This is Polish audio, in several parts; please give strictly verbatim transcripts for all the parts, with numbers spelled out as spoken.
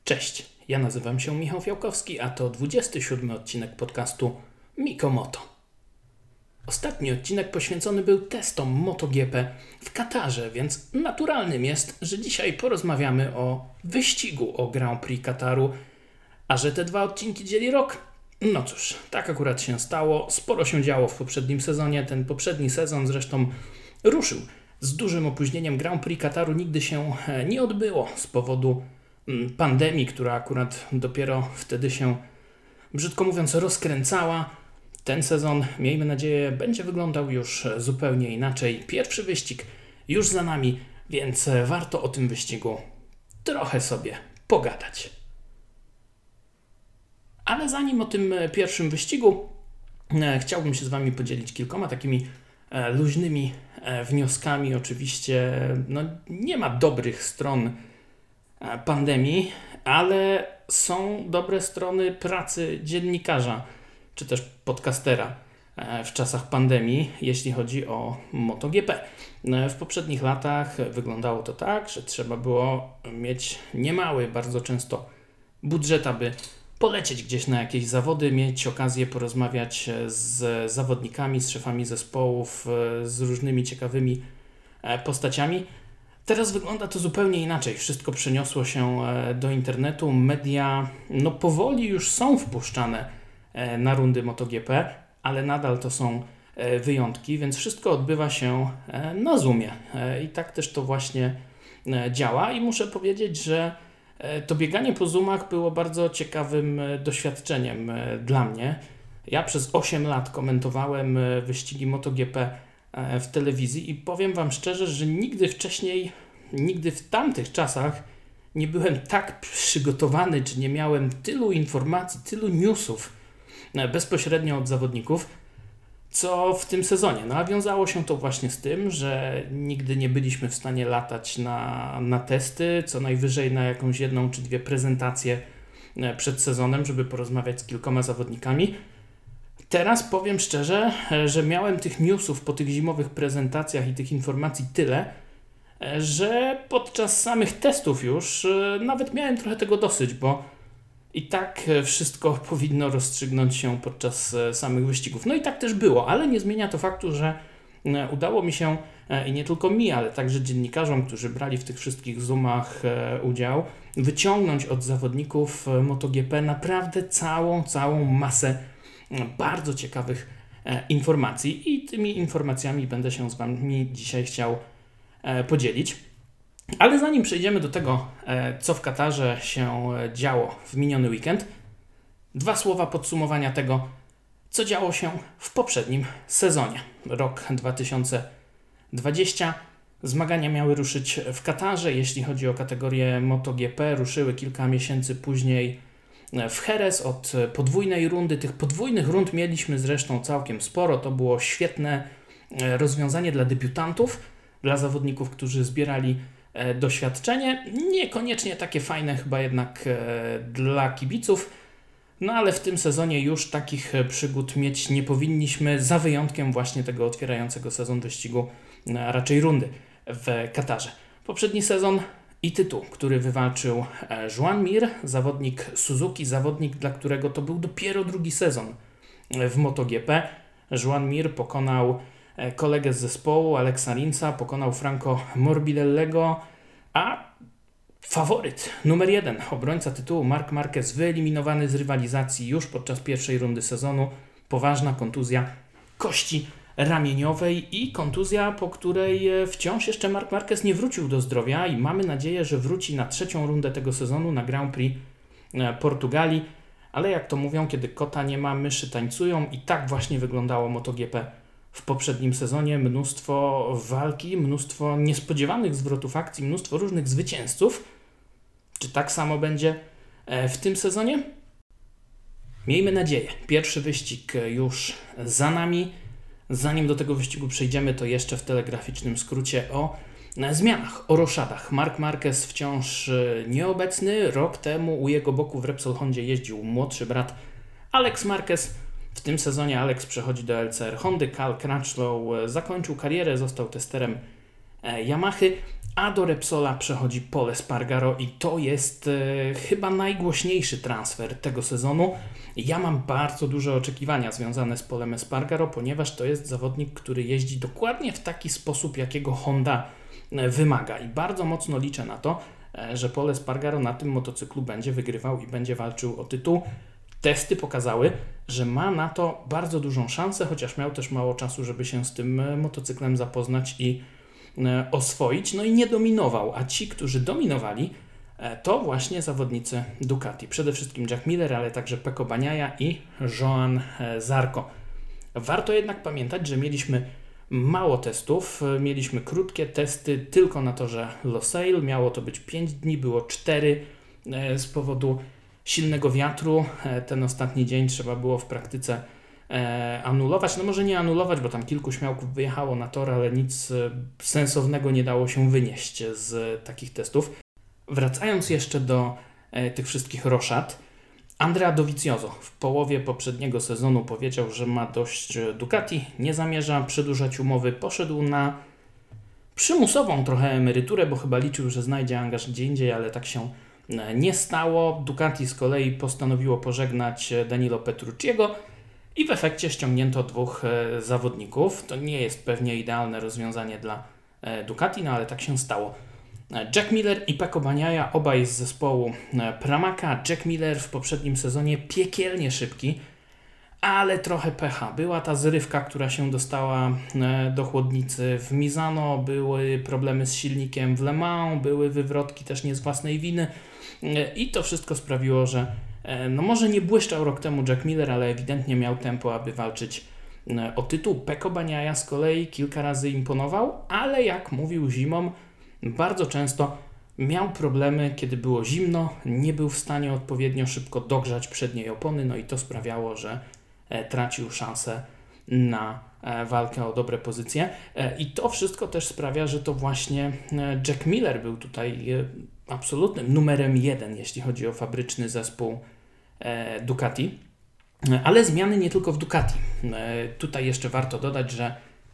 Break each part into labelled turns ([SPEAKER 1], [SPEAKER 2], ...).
[SPEAKER 1] Cześć, ja nazywam się Michał Fiałkowski, a to dwudziesty siódmy odcinek podcastu Mikomoto. Ostatni odcinek poświęcony był testom MotoGP w Katarze, więc naturalnym jest, że dzisiaj porozmawiamy o wyścigu o Grand Prix Kataru, a że te dwa odcinki dzieli rok? No cóż, tak akurat się stało, sporo się działo w poprzednim sezonie, ten poprzedni sezon zresztą ruszył z dużym opóźnieniem. Grand Prix Kataru nigdy się nie odbyło z powodu pandemii, która akurat dopiero wtedy się, brzydko mówiąc, rozkręcała. Ten sezon, miejmy nadzieję, będzie wyglądał już zupełnie inaczej. Pierwszy wyścig już za nami, więc warto o tym wyścigu trochę sobie pogadać. Ale zanim o tym pierwszym wyścigu, chciałbym się z Wami podzielić kilkoma takimi luźnymi wnioskami. Oczywiście no, nie ma dobrych stron pandemii, ale są dobre strony pracy dziennikarza czy też podcastera w czasach pandemii, jeśli chodzi o MotoGP. W poprzednich latach wyglądało to tak, że trzeba było mieć niemały, bardzo często budżet, aby polecieć gdzieś na jakieś zawody, mieć okazję porozmawiać z zawodnikami, z szefami zespołów, z różnymi ciekawymi postaciami. Teraz wygląda to zupełnie inaczej. Wszystko przeniosło się do internetu. Media no powoli już są wpuszczane na rundy MotoGP, ale nadal to są wyjątki, więc wszystko odbywa się na Zoomie. I tak też to właśnie działa. I muszę powiedzieć, że to bieganie po Zoomach było bardzo ciekawym doświadczeniem dla mnie. Ja przez osiem lat komentowałem wyścigi MotoGP w telewizji i powiem Wam szczerze, że nigdy wcześniej, nigdy w tamtych czasach nie byłem tak przygotowany, czy nie miałem tylu informacji, tylu newsów bezpośrednio od zawodników, co w tym sezonie. No a wiązało się to właśnie z tym, że nigdy nie byliśmy w stanie latać na, na testy, co najwyżej na jakąś jedną czy dwie prezentacje przed sezonem, żeby porozmawiać z kilkoma zawodnikami. Teraz powiem szczerze, że miałem tych newsów po tych zimowych prezentacjach i tych informacji tyle, że podczas samych testów już nawet miałem trochę tego dosyć, bo i tak wszystko powinno rozstrzygnąć się podczas samych wyścigów. No i tak też było, ale nie zmienia to faktu, że udało mi się, i nie tylko mi, ale także dziennikarzom, którzy brali w tych wszystkich zoomach udział, wyciągnąć od zawodników MotoGP naprawdę całą, całą masę bardzo ciekawych e, informacji i tymi informacjami będę się z Wami dzisiaj chciał e, podzielić. Ale zanim przejdziemy do tego, e, co w Katarze się działo w miniony weekend, dwa słowa podsumowania tego, co działo się w poprzednim sezonie. Rok dwa tysiące dwudziesty. Zmagania miały ruszyć w Katarze, jeśli chodzi o kategorię MotoGP, ruszyły kilka miesięcy później w Jerez od podwójnej rundy. Tych podwójnych rund mieliśmy zresztą całkiem sporo. To było świetne rozwiązanie dla debiutantów, dla zawodników, którzy zbierali doświadczenie. Niekoniecznie takie fajne chyba jednak dla kibiców. No ale w tym sezonie już takich przygód mieć nie powinniśmy, za wyjątkiem właśnie tego otwierającego sezon wyścigu, a raczej rundy w Katarze. Poprzedni sezon i tytuł, który wywalczył Joan Mir, zawodnik Suzuki, zawodnik, dla którego to był dopiero drugi sezon w MotoGP. Joan Mir pokonał kolegę z zespołu, Alexa Rinsa, pokonał Franco Morbidelliego, a faworyt numer jeden, obrońca tytułu Marc Marquez, wyeliminowany z rywalizacji już podczas pierwszej rundy sezonu. Poważna kontuzja kości ramieniowej i kontuzja, po której wciąż jeszcze Marc Marquez nie wrócił do zdrowia i mamy nadzieję, że wróci na trzecią rundę tego sezonu na Grand Prix Portugalii, ale jak to mówią, kiedy kota nie ma, myszy tańcują i tak właśnie wyglądało MotoGP w poprzednim sezonie. Mnóstwo walki, mnóstwo niespodziewanych zwrotów akcji, mnóstwo różnych zwycięzców. Czy tak samo będzie w tym sezonie? Miejmy nadzieję. Pierwszy wyścig już za nami. Zanim do tego wyścigu przejdziemy, to jeszcze w telegraficznym skrócie o zmianach, o roszadach. Marc Marquez wciąż nieobecny. Rok temu u jego boku w Repsol Hondzie jeździł młodszy brat Alex Marquez. W tym sezonie Alex przechodzi do L C R Hondy. Cal Crutchlow zakończył karierę, został testerem Yamahy, a do Repsola przechodzi Pol Espargaro i to jest e, chyba najgłośniejszy transfer tego sezonu. Ja mam bardzo duże oczekiwania związane z Polem Espargaro, ponieważ to jest zawodnik, który jeździ dokładnie w taki sposób, jakiego Honda e, wymaga i bardzo mocno liczę na to, e, że Pol Espargaro na tym motocyklu będzie wygrywał i będzie walczył o tytuł. Testy pokazały, że ma na to bardzo dużą szansę, chociaż miał też mało czasu, żeby się z tym e, motocyklem zapoznać i oswoić, no i nie dominował, a ci, którzy dominowali, to właśnie zawodnicy Ducati. Przede wszystkim Jack Miller, ale także Pecco Bagnaia i Joan Zarco. Warto jednak pamiętać, że mieliśmy mało testów, mieliśmy krótkie testy tylko na torze Losail, miało to być pięć dni, było cztery z powodu silnego wiatru. Ten ostatni dzień trzeba było w praktyce E, anulować, no może nie anulować, bo tam kilku śmiałków wyjechało na tor, ale nic e, sensownego nie dało się wynieść z e, takich testów. Wracając jeszcze do e, tych wszystkich roszad, Andrea Dovizioso w połowie poprzedniego sezonu powiedział, że ma dość Ducati, nie zamierza przedłużać umowy, poszedł na przymusową trochę emeryturę, bo chyba liczył, że znajdzie angaż gdzie indziej, ale tak się e, nie stało. Ducati z kolei postanowiło pożegnać Danilo Petrucciego i w efekcie ściągnięto dwóch e, zawodników. To nie jest pewnie idealne rozwiązanie dla e, Ducati, no ale tak się stało. Jack Miller i Pecco Bagnaia, obaj z zespołu e, Pramaca. Jack Miller w poprzednim sezonie piekielnie szybki, ale trochę pecha. Była ta zrywka, która się dostała e, do chłodnicy w Misano, były problemy z silnikiem w Le Mans, były wywrotki też nie z własnej winy e, i to wszystko sprawiło, że no może nie błyszczał rok temu Jack Miller, ale ewidentnie miał tempo, aby walczyć o tytuł. Pecco Bagnaia z kolei kilka razy imponował, ale jak mówił zimą, bardzo często miał problemy, kiedy było zimno, nie był w stanie odpowiednio szybko dogrzać przedniej opony, no i to sprawiało, że tracił szansę na walkę o dobre pozycje. I to wszystko też sprawia, że to właśnie Jack Miller był tutaj absolutnym numerem jeden, jeśli chodzi o fabryczny zespół e, Ducati. Ale zmiany nie tylko w Ducati. E, tutaj jeszcze warto dodać, że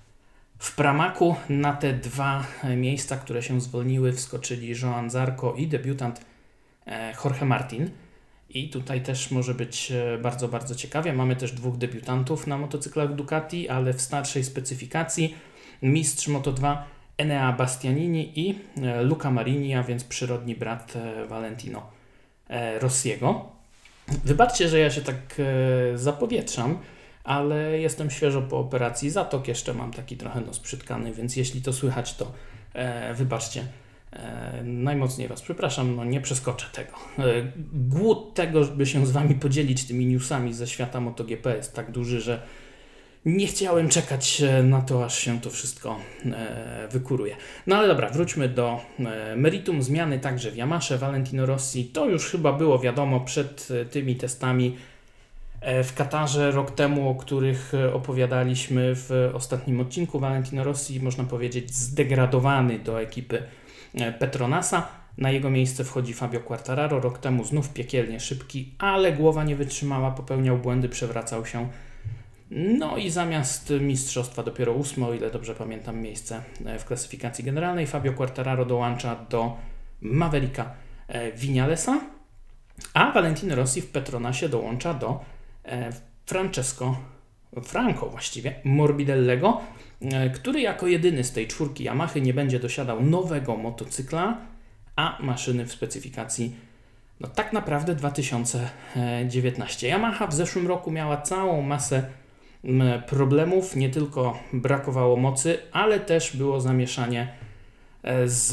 [SPEAKER 1] w Pramacu na te dwa miejsca, które się zwolniły, wskoczyli Joan Zarco i debiutant e, Jorge Martin. I tutaj też może być e, bardzo, bardzo ciekawie. Mamy też dwóch debiutantów na motocyklach Ducati, ale w starszej specyfikacji. Mistrz Moto dwa Enea Bastianini i e, Luca Marini, a więc przyrodni brat e, Valentino e, Rossiego. Wybaczcie, że ja się tak e, zapowietrzam, ale jestem świeżo po operacji zatok, jeszcze mam taki trochę nos przytkany, więc jeśli to słychać, to e, wybaczcie. E, najmocniej Was przepraszam, no nie przeskoczę tego. E, głód tego, żeby się z Wami podzielić tymi newsami ze świata MotoGP jest tak duży, że nie chciałem czekać na to, aż się to wszystko e, wykuruje. No ale dobra, wróćmy do e, meritum. Zmiany także w Yamasze. Valentino Rossi, to już chyba było wiadomo przed e, tymi testami e, w Katarze rok temu, o których opowiadaliśmy w ostatnim odcinku. Valentino Rossi, można powiedzieć, zdegradowany do ekipy e, Petronasa. Na jego miejsce wchodzi Fabio Quartararo. Rok temu znów piekielnie szybki, ale głowa nie wytrzymała, popełniał błędy, przewracał się. No i zamiast mistrzostwa dopiero ósme, o ile dobrze pamiętam, miejsce w klasyfikacji generalnej, Fabio Quartararo dołącza do Mavericka Vinalesa, a Valentino Rossi w Petronasie dołącza do Francesco Franco właściwie, Morbidellego, który jako jedyny z tej czwórki Yamahy nie będzie dosiadał nowego motocykla, a maszyny w specyfikacji no tak naprawdę dwa tysiące dziewiętnaście. Yamaha w zeszłym roku miała całą masę problemów, nie tylko brakowało mocy, ale też było zamieszanie z,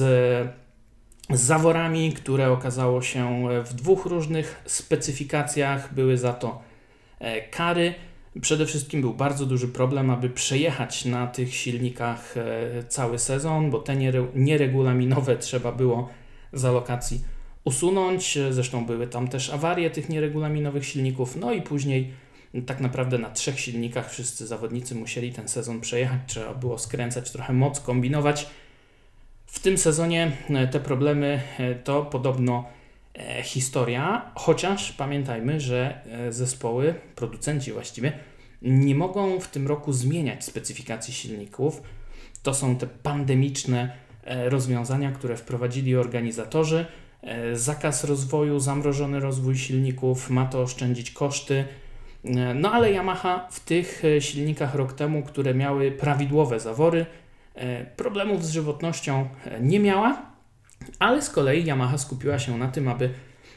[SPEAKER 1] z zaworami, które okazało się w dwóch różnych specyfikacjach, były za to kary. Przede wszystkim był bardzo duży problem, aby przejechać na tych silnikach cały sezon, bo te nieregulaminowe trzeba było z alokacji usunąć. Zresztą były tam też awarie tych nieregulaminowych silników, no i później tak naprawdę na trzech silnikach wszyscy zawodnicy musieli ten sezon przejechać, trzeba było skręcać trochę moc, kombinować. W tym sezonie te problemy to podobno historia, chociaż pamiętajmy, że zespoły, producenci właściwie, nie mogą w tym roku zmieniać specyfikacji silników. to są te pandemiczne rozwiązania, które wprowadzili organizatorzy. Zakaz rozwoju, zamrożony rozwój silników, ma to oszczędzić koszty. No ale Yamaha w tych silnikach rok temu, które miały prawidłowe zawory, problemów z żywotnością nie miała, ale z kolei Yamaha skupiła się na tym, aby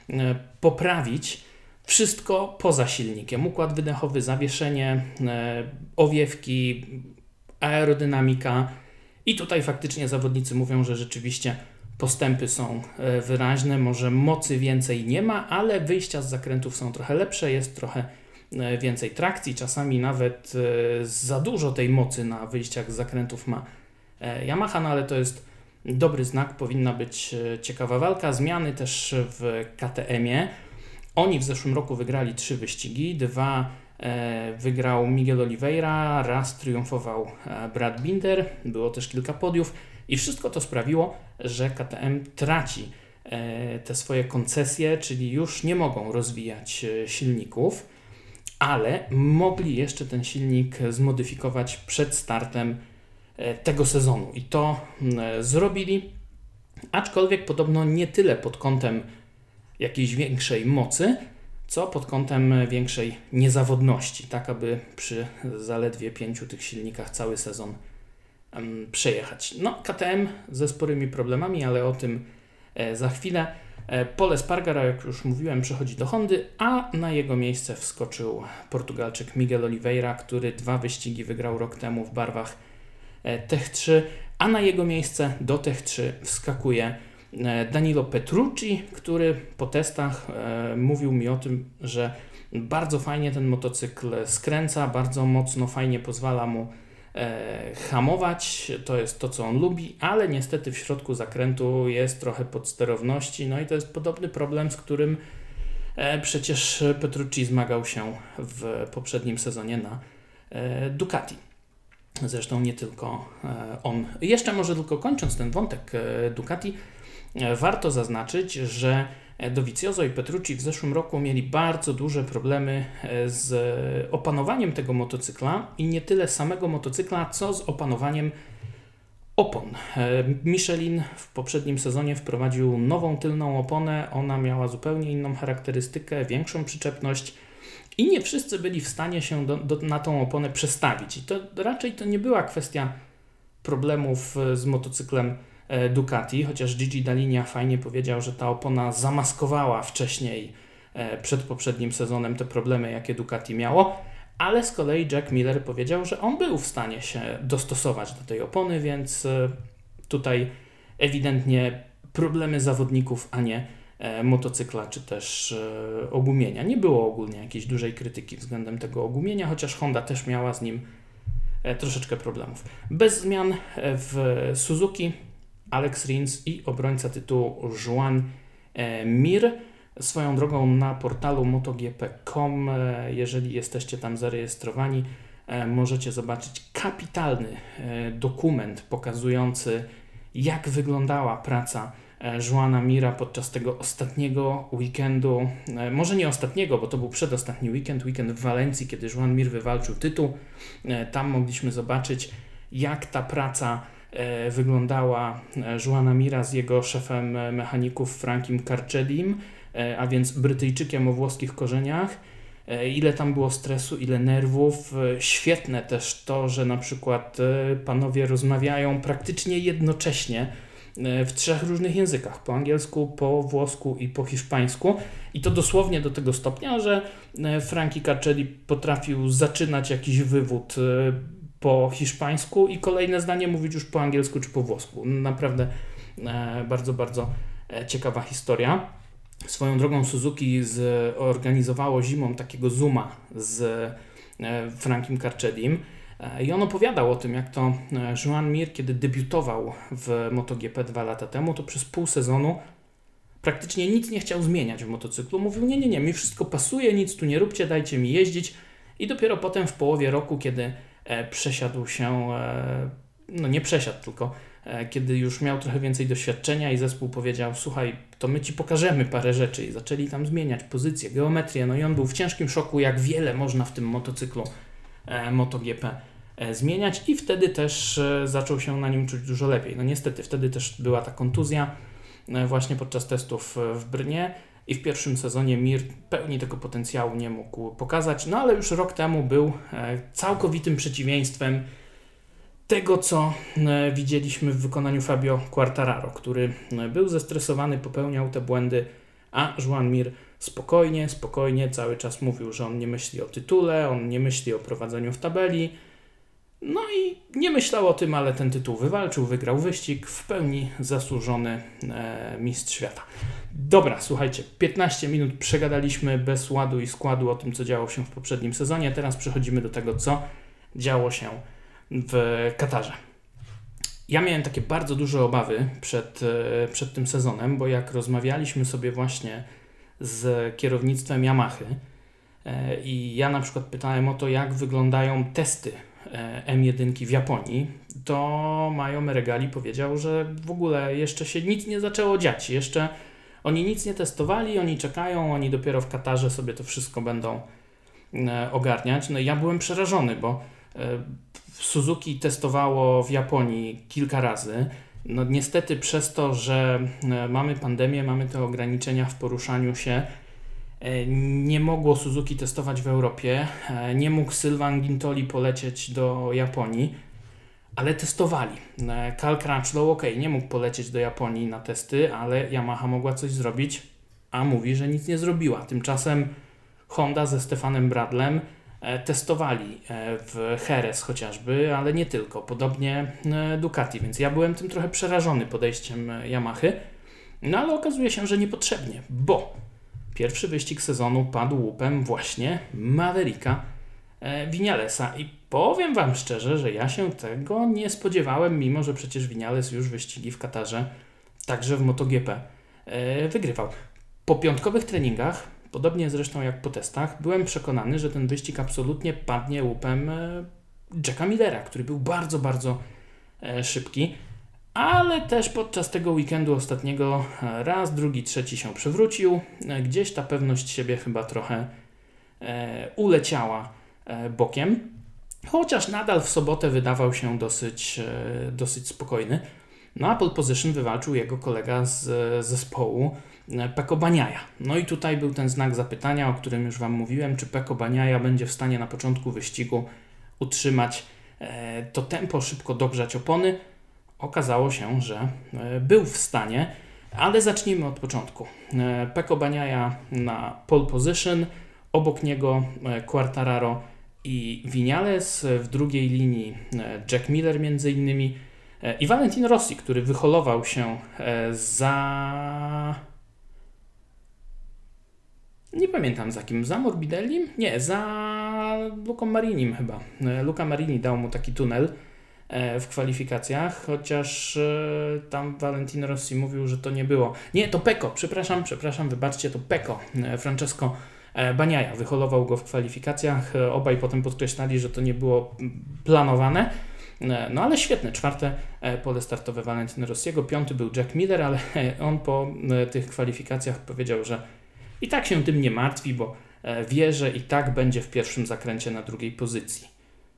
[SPEAKER 1] poprawić wszystko poza silnikiem. Układ wydechowy, zawieszenie, owiewki, aerodynamika. I tutaj faktycznie zawodnicy mówią, że rzeczywiście postępy są wyraźne, może mocy więcej nie ma, ale wyjścia z zakrętów są trochę lepsze, jest trochę więcej trakcji, czasami nawet za dużo tej mocy na wyjściach z zakrętów ma Yamaha, no ale to jest dobry znak, powinna być ciekawa walka. Zmiany też w K T M-ie. Oni w zeszłym roku wygrali trzy wyścigi, dwa wygrał Miguel Oliveira, raz triumfował Brad Binder, było też kilka podiów i wszystko to sprawiło, że K T M traci te swoje koncesje, czyli już nie mogą rozwijać silników, ale mogli jeszcze ten silnik zmodyfikować przed startem tego sezonu i to zrobili, aczkolwiek podobno nie tyle pod kątem jakiejś większej mocy, co pod kątem większej niezawodności, tak aby przy zaledwie pięciu tych silnikach cały sezon um, przejechać. No, K T M ze sporymi problemami, ale o tym e, za chwilę. E, Pol Espargaro, jak już mówiłem, przechodzi do Hondy, a na jego miejsce wskoczył Portugalczyk Miguel Oliveira, który dwa wyścigi wygrał rok temu w barwach e, T E C trzy, a na jego miejsce do T E C trzy wskakuje Danilo Petrucci, który po testach e, mówił mi o tym, że bardzo fajnie ten motocykl skręca, bardzo mocno, fajnie pozwala mu e, hamować, to jest to, co on lubi, ale niestety w środku zakrętu jest trochę podsterowności, no i to jest podobny problem, z którym e, przecież Petrucci zmagał się w poprzednim sezonie na e, Ducati. Zresztą nie tylko e, on. Jeszcze może tylko kończąc ten wątek e, Ducati, warto zaznaczyć, że Dovizioso i Petrucci w zeszłym roku mieli bardzo duże problemy z opanowaniem tego motocykla i nie tyle samego motocykla, co z opanowaniem opon. Michelin w poprzednim sezonie wprowadził nową tylną oponę, ona miała zupełnie inną charakterystykę, większą przyczepność i nie wszyscy byli w stanie się do, do, na tą oponę przestawić. I to raczej to nie była kwestia problemów z motocyklem Ducati, chociaż Gigi Dall'Igna fajnie powiedział, że ta opona zamaskowała wcześniej przed poprzednim sezonem te problemy, jakie Ducati miało, ale z kolei Jack Miller powiedział, że on był w stanie się dostosować do tej opony, więc tutaj ewidentnie problemy zawodników, a nie motocykla, czy też ogumienia. Nie było ogólnie jakiejś dużej krytyki względem tego ogumienia, chociaż Honda też miała z nim troszeczkę problemów. Bez zmian w Suzuki Alex Rins i obrońca tytułu Joan Mir. Swoją drogą na portalu MotoGP kropka com, jeżeli jesteście tam zarejestrowani, możecie zobaczyć kapitalny dokument pokazujący, jak wyglądała praca Joana Mira podczas tego ostatniego weekendu, może nie ostatniego, bo to był przedostatni weekend, weekend w Walencji, kiedy Joan Mir wywalczył tytuł. Tam mogliśmy zobaczyć, jak ta praca wyglądała Joana Mira z jego szefem mechaników Frankiem Carcedim, a więc Brytyjczykiem o włoskich korzeniach. Ile tam było stresu, ile nerwów. Świetne też to, że na przykład panowie rozmawiają praktycznie jednocześnie w trzech różnych językach, po angielsku, po włosku i po hiszpańsku. I to dosłownie do tego stopnia, że Frankie Carcedi potrafił zaczynać jakiś wywód po hiszpańsku i kolejne zdanie mówić już po angielsku czy po włosku. Naprawdę bardzo, bardzo ciekawa historia. Swoją drogą Suzuki zorganizowało zimą takiego zooma z Frankiem Carcedim i on opowiadał o tym, jak to Joan Mir, kiedy debiutował w MotoGP dwa lata temu, to przez pół sezonu praktycznie nic nie chciał zmieniać w motocyklu. Mówił, nie, nie, nie, mi wszystko pasuje, nic tu nie róbcie, dajcie mi jeździć. I dopiero potem w połowie roku, kiedy e, przesiadł się, e, no nie przesiadł, tylko e, kiedy już miał trochę więcej doświadczenia i zespół powiedział, słuchaj, to my ci pokażemy parę rzeczy i zaczęli tam zmieniać pozycję, geometrię, no i on był w ciężkim szoku, jak wiele można w tym motocyklu e, MotoGP zmieniać i wtedy też zaczął się na nim czuć dużo lepiej. No niestety, wtedy też była ta kontuzja właśnie podczas testów w Brnie i w pierwszym sezonie Mir pełni tego potencjału nie mógł pokazać, no ale już rok temu był całkowitym przeciwieństwem tego, co widzieliśmy w wykonaniu Fabio Quartararo, który był zestresowany, popełniał te błędy, a Joan Mir spokojnie, spokojnie cały czas mówił, że on nie myśli o tytule, on nie myśli o prowadzeniu w tabeli. No i nie myślał o tym, ale ten tytuł wywalczył, wygrał wyścig, w pełni zasłużony e, mistrz świata. Dobra, słuchajcie, piętnaście minut przegadaliśmy bez ładu i składu o tym, co działo się w poprzednim sezonie. Teraz przechodzimy do tego, co działo się w Katarze. Ja miałem takie bardzo duże obawy przed, e, przed tym sezonem, bo jak rozmawialiśmy sobie właśnie z kierownictwem Yamahy e, i ja na przykład pytałem o to, jak wyglądają testy M jeden w Japonii, to Majo Meregali powiedział, że w ogóle jeszcze się nic nie zaczęło dziać. Jeszcze oni nic nie testowali, oni czekają, oni dopiero w Katarze sobie to wszystko będą ogarniać. No i ja byłem przerażony, bo Suzuki testowało w Japonii kilka razy. No niestety przez to, że mamy pandemię, mamy te ograniczenia w poruszaniu się, nie mogło Suzuki testować w Europie, nie mógł Sylvain Guintoli polecieć do Japonii, ale testowali. Cal Crutchlow, ok, nie mógł polecieć do Japonii na testy, ale Yamaha mogła coś zrobić, a mówi, że nic nie zrobiła. Tymczasem Honda ze Stefanem Bradlem testowali w Jerez chociażby, ale nie tylko. Podobnie Ducati, więc ja byłem tym trochę przerażony podejściem Yamahy, no ale okazuje się, że niepotrzebnie, bo pierwszy wyścig sezonu padł łupem właśnie Mavericka e, Vinalesa i powiem Wam szczerze, że ja się tego nie spodziewałem, mimo że przecież Vinales już wyścigi w Katarze, także w MotoGP e, wygrywał. Po piątkowych treningach, podobnie zresztą jak po testach, byłem przekonany, że ten wyścig absolutnie padnie łupem e, Jacka Millera, który był bardzo, bardzo e, szybki. Ale też podczas tego weekendu ostatniego raz, drugi, trzeci się przewrócił. Gdzieś ta pewność siebie chyba trochę e, uleciała e, bokiem. Chociaż nadal w sobotę wydawał się dosyć, e, dosyć spokojny. No a pole position wywalczył jego kolega z zespołu e, Pecco Bagnaia. No i tutaj był ten znak zapytania, o którym już Wam mówiłem, czy Pecco Bagnaia będzie w stanie na początku wyścigu utrzymać e, to tempo, szybko dogrzać opony. Okazało się, że był w stanie, ale zacznijmy od początku. Pecco Bagnaia na pole position, obok niego Quartararo i Vinales, w drugiej linii Jack Miller między innymi i Valentino Rossi, który wyholował się za... Nie pamiętam za kim, za Morbidellim? Nie, za Luką Marinim chyba. Luca Marini dał mu taki tunel w kwalifikacjach, chociaż e, tam Valentino Rossi mówił, że to nie było. Nie, to Pecco, przepraszam, przepraszam, wybaczcie, to Pecco. E, Francesco e, Bagnaia wyholował go w kwalifikacjach. E, obaj potem podkreślali, że to nie było planowane. E, no ale świetne, czwarte e, pole startowe Valentino Rossiego, piąty był Jack Miller, ale e, on po e, tych kwalifikacjach powiedział, że i tak się tym nie martwi, bo e, wie, że i tak będzie w pierwszym zakręcie na drugiej pozycji.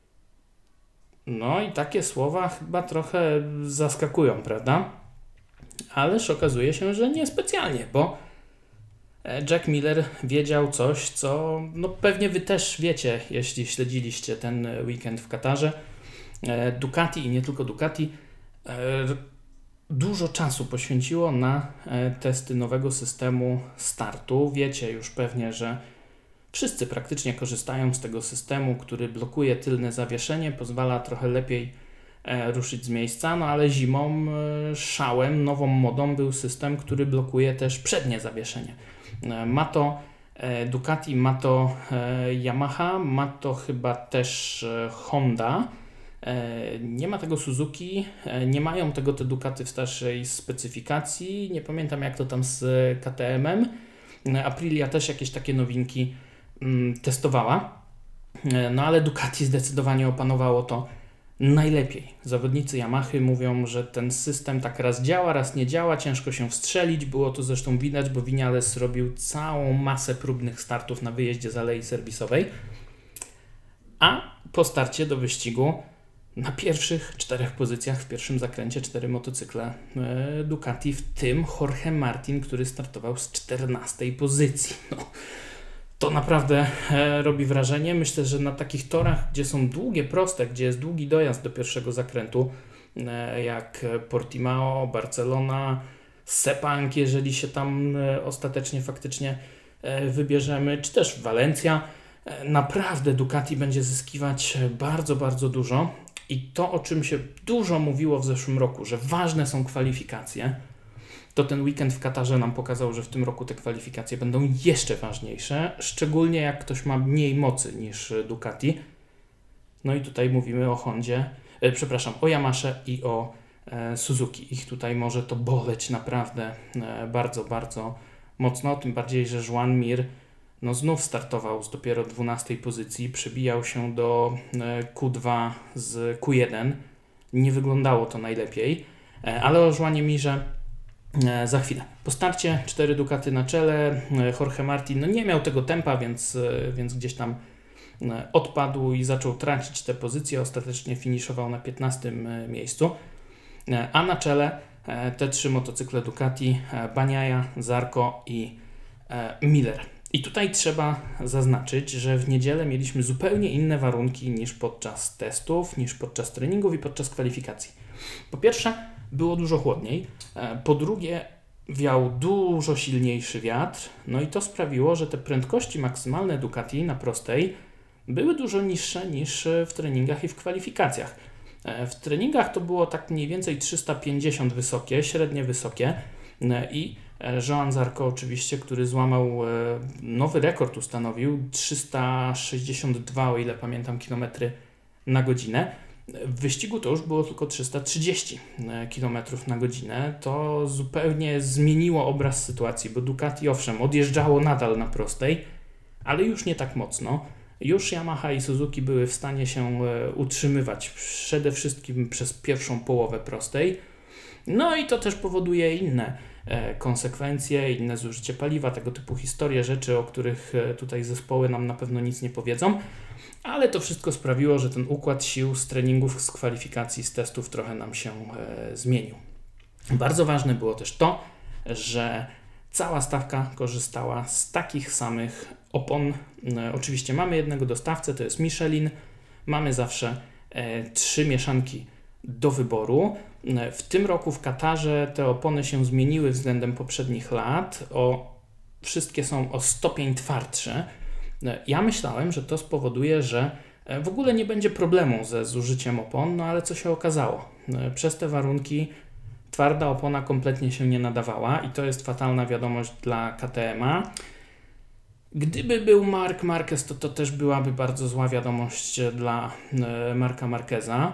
[SPEAKER 1] No i takie słowa chyba trochę zaskakują, prawda? Ależ okazuje się, że niespecjalnie, bo Jack Miller wiedział coś, co no pewnie Wy też wiecie, jeśli śledziliście ten weekend w Katarze. Ducati i nie tylko Ducati dużo czasu poświęciło na testy nowego systemu startu. Wiecie już pewnie, że wszyscy praktycznie korzystają z tego systemu, który blokuje tylne zawieszenie, pozwala trochę lepiej e, ruszyć z miejsca, no ale zimą e, szałem, nową modą był system, który blokuje też przednie zawieszenie. E, ma to e, Ducati, ma to e, Yamaha, ma to chyba też e, Honda, e, nie ma tego Suzuki, e, nie mają tego te Ducati w starszej specyfikacji, nie pamiętam jak to tam z K T M-em, e, Aprilia też jakieś takie nowinki testowała, no ale Ducati zdecydowanie opanowało to najlepiej. Zawodnicy Yamahy mówią, że ten system tak raz działa, raz nie działa, ciężko się wstrzelić, było to zresztą widać, bo Vinales robił całą masę próbnych startów na wyjeździe z alei serwisowej, A po starcie do wyścigu na pierwszych czterech pozycjach w pierwszym zakręcie cztery motocykle Ducati, w tym Jorge Martin, który startował z czternastej pozycji. No, to naprawdę robi wrażenie. Myślę, że na takich torach, gdzie są długie, proste, gdzie jest długi dojazd do pierwszego zakrętu, jak Portimao, Barcelona, Sepang, jeżeli się tam ostatecznie faktycznie wybierzemy, czy też Walencja, naprawdę Ducati będzie zyskiwać bardzo, bardzo dużo. I to, o czym się dużo mówiło w zeszłym roku, że ważne są kwalifikacje, to ten weekend w Katarze nam pokazał, że w tym roku te kwalifikacje będą jeszcze ważniejsze, szczególnie jak ktoś ma mniej mocy niż Ducati. No i tutaj mówimy o Hondzie, e, przepraszam, o Yamasze i o e, Suzuki. Ich tutaj może to boleć naprawdę e, bardzo, bardzo mocno, tym bardziej, że Joan Mir no znów startował z dopiero dwunastej pozycji, przebijał się do Q dwa z Q jeden. Nie wyglądało to najlepiej, ale o Joanie Mirze za chwilę. Po starcie cztery Ducati na czele, Jorge Martin no nie miał tego tempa, więc, więc gdzieś tam odpadł i zaczął tracić te pozycje. Ostatecznie finiszował na piętnastym miejscu, a na czele te trzy motocykle Ducati, Bagnaia, Zarco i Miller. I tutaj trzeba zaznaczyć, że w niedzielę mieliśmy zupełnie inne warunki niż podczas testów, niż podczas treningów i podczas kwalifikacji. Po pierwsze, było dużo chłodniej, po drugie, wiał dużo silniejszy wiatr, no i to sprawiło, że te prędkości maksymalne Ducati na prostej były dużo niższe niż w treningach i w kwalifikacjach. W treningach to było tak mniej więcej trzysta pięćdziesiąt wysokie, średnie wysokie i Joan Zarco oczywiście, który złamał nowy rekord, ustanowił trzysta sześćdziesiąt dwa, o ile pamiętam, kilometry na godzinę. W wyścigu to już było tylko trzysta trzydzieści kilometrów na godzinę. To zupełnie zmieniło obraz sytuacji, bo Ducati owszem odjeżdżało nadal na prostej, ale już nie tak mocno. Już Yamaha i Suzuki były w stanie się utrzymywać przede wszystkim przez pierwszą połowę prostej. No i to też powoduje inne konsekwencje, inne zużycie paliwa, tego typu historie, rzeczy, o których tutaj zespoły nam na pewno nic nie powiedzą, ale to wszystko sprawiło, że ten układ sił z treningów, z kwalifikacji, z testów trochę nam się e, zmienił. Bardzo ważne było też to, że cała stawka korzystała z takich samych opon. E, oczywiście mamy jednego dostawcę, to jest Michelin, mamy zawsze e, trzy mieszanki do wyboru. W tym roku w Katarze te opony się zmieniły względem poprzednich lat. O, wszystkie są o stopień twardsze. Ja myślałem, że to spowoduje, że w ogóle nie będzie problemu ze zużyciem opon, no ale co się okazało? Przez te warunki twarda opona kompletnie się nie nadawała i to jest fatalna wiadomość dla K T M a. Gdyby był Marc Marquez, to to też byłaby bardzo zła wiadomość dla Marca Marqueza.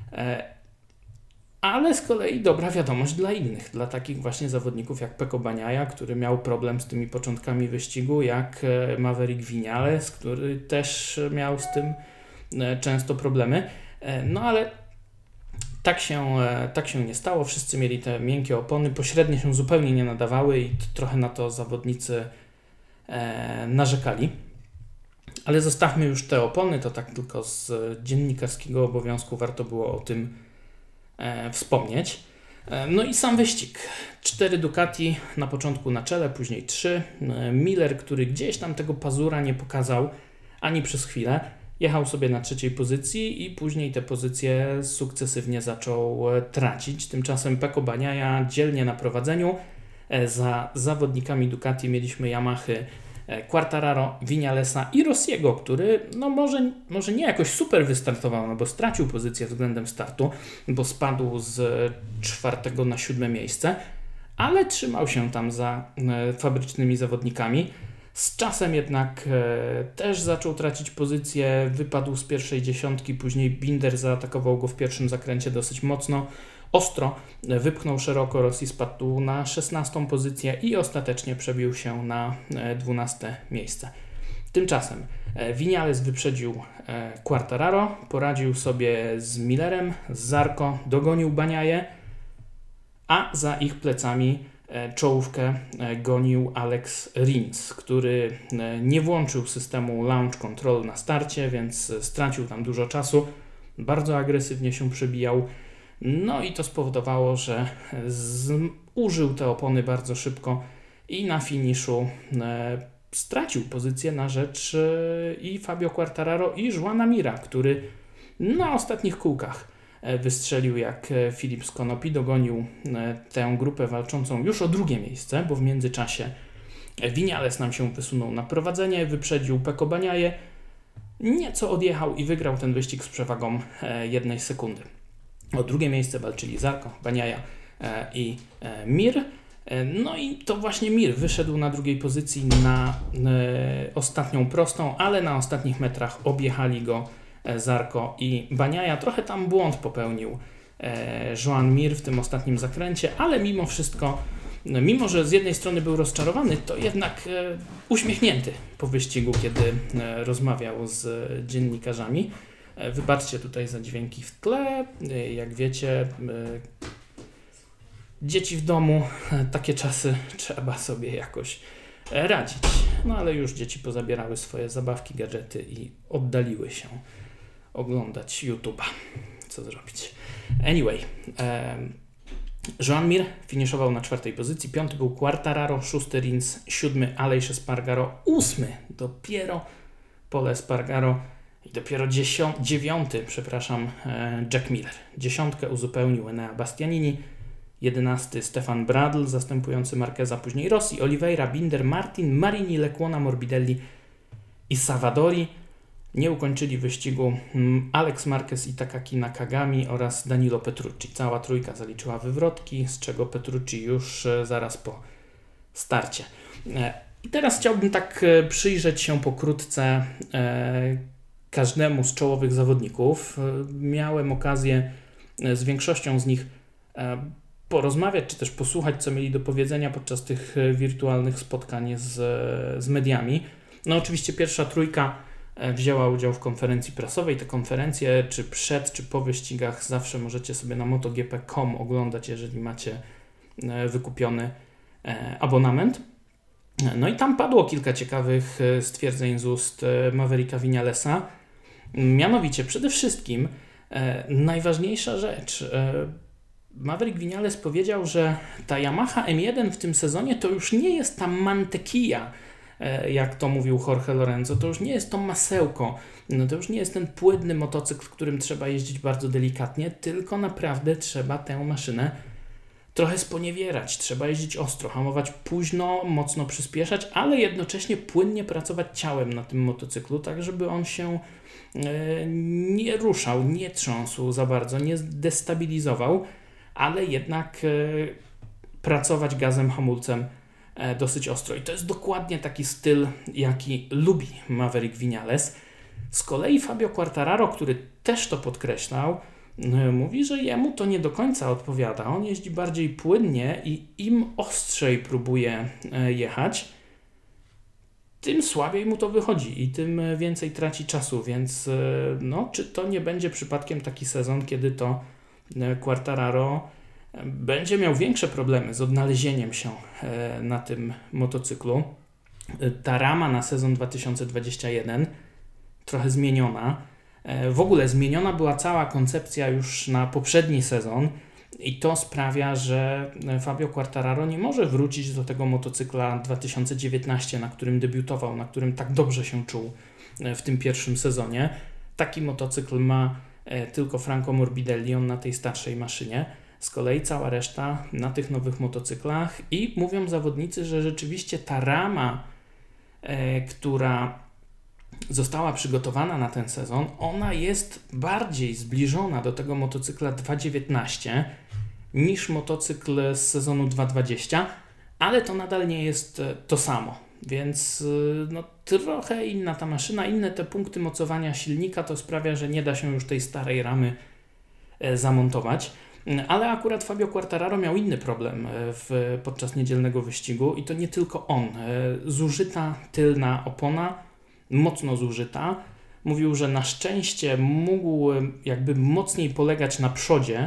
[SPEAKER 1] Ale z kolei dobra wiadomość dla innych, dla takich właśnie zawodników jak Pecco Bagnaia, który miał problem z tymi początkami wyścigu, jak Maverick Viñales, który też miał z tym często problemy. No ale tak się, tak się nie stało, wszyscy mieli te miękkie opony, pośrednie się zupełnie nie nadawały i trochę na to zawodnicy narzekali. Ale zostawmy już te opony, to tak tylko z dziennikarskiego obowiązku warto było o tym E, wspomnieć. E, no i sam wyścig. Cztery Ducati na początku na czele, później trzy. E, Miller, który gdzieś tam tego pazura nie pokazał ani przez chwilę, jechał sobie na trzeciej pozycji i później te pozycje sukcesywnie zaczął e, tracić. Tymczasem Pecco Bagnaia dzielnie na prowadzeniu. E, za zawodnikami Ducati mieliśmy Yamahy Quartararo, Viñalesa i Rossiego, który no może, może nie jakoś super wystartował, no bo stracił pozycję względem startu, bo spadł z czwartego na siódme miejsce, ale trzymał się tam za e, fabrycznymi zawodnikami. Z czasem jednak e, też zaczął tracić pozycję, wypadł z pierwszej dziesiątki, później Binder zaatakował go w pierwszym zakręcie dosyć mocno, ostro, wypchnął szeroko, Rossi spadł na szesnastą pozycję i ostatecznie przebił się na dwunaste miejsce. Tymczasem Viñales wyprzedził Quartararo, poradził sobie z Millerem, z Zarco, dogonił Bagnaia, a za ich plecami czołówkę gonił Alex Rins, który nie włączył systemu Launch Control na starcie, więc stracił tam dużo czasu, bardzo agresywnie się przebijał, no i to spowodowało, że zużył te opony bardzo szybko i na finiszu stracił pozycję na rzecz i Fabio Quartararo i Joana Mira, który na ostatnich kółkach wystrzelił jak Filip Skonopi, dogonił tę grupę walczącą już o drugie miejsce, bo w międzyczasie Viñales nam się wysunął na prowadzenie, wyprzedził Pecco Bagnaia, nieco odjechał i wygrał ten wyścig z przewagą jednej sekundy. O drugie miejsce walczyli Zarco, Bagnaia i Mir. No i to właśnie Mir wyszedł na drugiej pozycji na ostatnią prostą, ale na ostatnich metrach objechali go Zarco i Bagnaia. Trochę tam błąd popełnił Joan Mir w tym ostatnim zakręcie, ale mimo wszystko, mimo że z jednej strony był rozczarowany, to jednak uśmiechnięty po wyścigu, kiedy rozmawiał z dziennikarzami. Wybaczcie tutaj za dźwięki w tle. Jak wiecie, dzieci w domu, takie czasy trzeba sobie jakoś radzić. No ale już dzieci pozabierały swoje zabawki, gadżety i oddaliły się oglądać YouTube'a. Co zrobić? Anyway, um, Joan Mir finiszował na czwartej pozycji, piąty był Quartararo, szósty Rins, siódmy Aleix Espargaro, ósmy dopiero Pole Espargaro i dopiero dziesią- dziewiąty, przepraszam, Jack Miller. Dziesiątkę uzupełnił Enea Bastianini, jedenasty Stefan Bradl, zastępujący Marqueza, później Rossi, Oliveira, Binder, Martin, Marini, Lecłona, Morbidelli i Savadori. Nie ukończyli wyścigu Alex Marquez i Takaki Nakagami oraz Danilo Petrucci. Cała trójka zaliczyła wywrotki, z czego Petrucci już zaraz po starcie. I teraz chciałbym tak przyjrzeć się pokrótce każdemu z czołowych zawodników. Miałem okazję z większością z nich porozmawiać, czy też posłuchać, co mieli do powiedzenia podczas tych wirtualnych spotkań z, z mediami. No oczywiście pierwsza trójka wzięła udział w konferencji prasowej. Te konferencje, czy przed, czy po wyścigach, zawsze możecie sobie na motogp kropka com oglądać, jeżeli macie wykupiony abonament. No i tam padło kilka ciekawych stwierdzeń z ust Mavericka Viñalesa. Mianowicie, przede wszystkim najważniejsza rzecz. Maverick Viñales powiedział, że ta Yamaha M jeden w tym sezonie to już nie jest ta mantequilla, jak to mówił Jorge Lorenzo, to już nie jest to masełko, no to już nie jest ten płynny motocykl, w którym trzeba jeździć bardzo delikatnie, tylko naprawdę trzeba tę maszynę trochę sponiewierać, trzeba jeździć ostro, hamować późno, mocno przyspieszać, ale jednocześnie płynnie pracować ciałem na tym motocyklu, tak żeby on się nie ruszał, nie trząsł za bardzo, nie destabilizował, ale jednak pracować gazem, hamulcem dosyć ostro. I to jest dokładnie taki styl, jaki lubi Maverick Viñales. Z kolei Fabio Quartararo, który też to podkreślał, mówi, że jemu to nie do końca odpowiada. On jeździ bardziej płynnie i im ostrzej próbuje jechać, tym słabiej mu to wychodzi i tym więcej traci czasu, więc no, czy to nie będzie przypadkiem taki sezon, kiedy to Quartararo będzie miał większe problemy z odnalezieniem się na tym motocyklu. Ta rama na sezon dwa tysiące dwudziesty pierwszy trochę zmieniona. W ogóle zmieniona była cała koncepcja już na poprzedni sezon i to sprawia, że Fabio Quartararo nie może wrócić do tego motocykla dwa tysiące dziewiętnastego, na którym debiutował, na którym tak dobrze się czuł w tym pierwszym sezonie. Taki motocykl ma tylko Franco Morbidelli, on na tej starszej maszynie. Z kolei cała reszta na tych nowych motocyklach i mówią zawodnicy, że rzeczywiście ta rama, e, która została przygotowana na ten sezon, ona jest bardziej zbliżona do tego motocykla dwa tysiące dziewiętnastego niż motocykl z sezonu dwa tysiące dwudziestego, ale to nadal nie jest to samo, więc no, trochę inna ta maszyna, inne te punkty mocowania silnika, to sprawia, że nie da się już tej starej ramy e, zamontować. Ale akurat Fabio Quartararo miał inny problem w, podczas niedzielnego wyścigu i to nie tylko on. Zużyta tylna opona, mocno zużyta. Mówił, że na szczęście mógł jakby mocniej polegać na przodzie